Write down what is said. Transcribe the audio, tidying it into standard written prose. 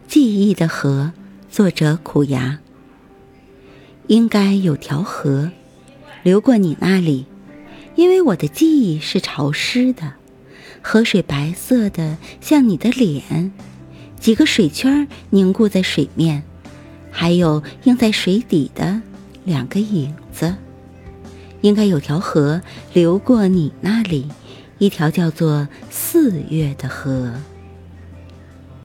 记忆的河，作者苦牙。应该有条河流过你那里，因为我的记忆是潮湿的，河水白色的像你的脸，几个水圈凝固在水面，还有映在水底的2个影子。应该有条河流过你那里，一条叫做4月的河。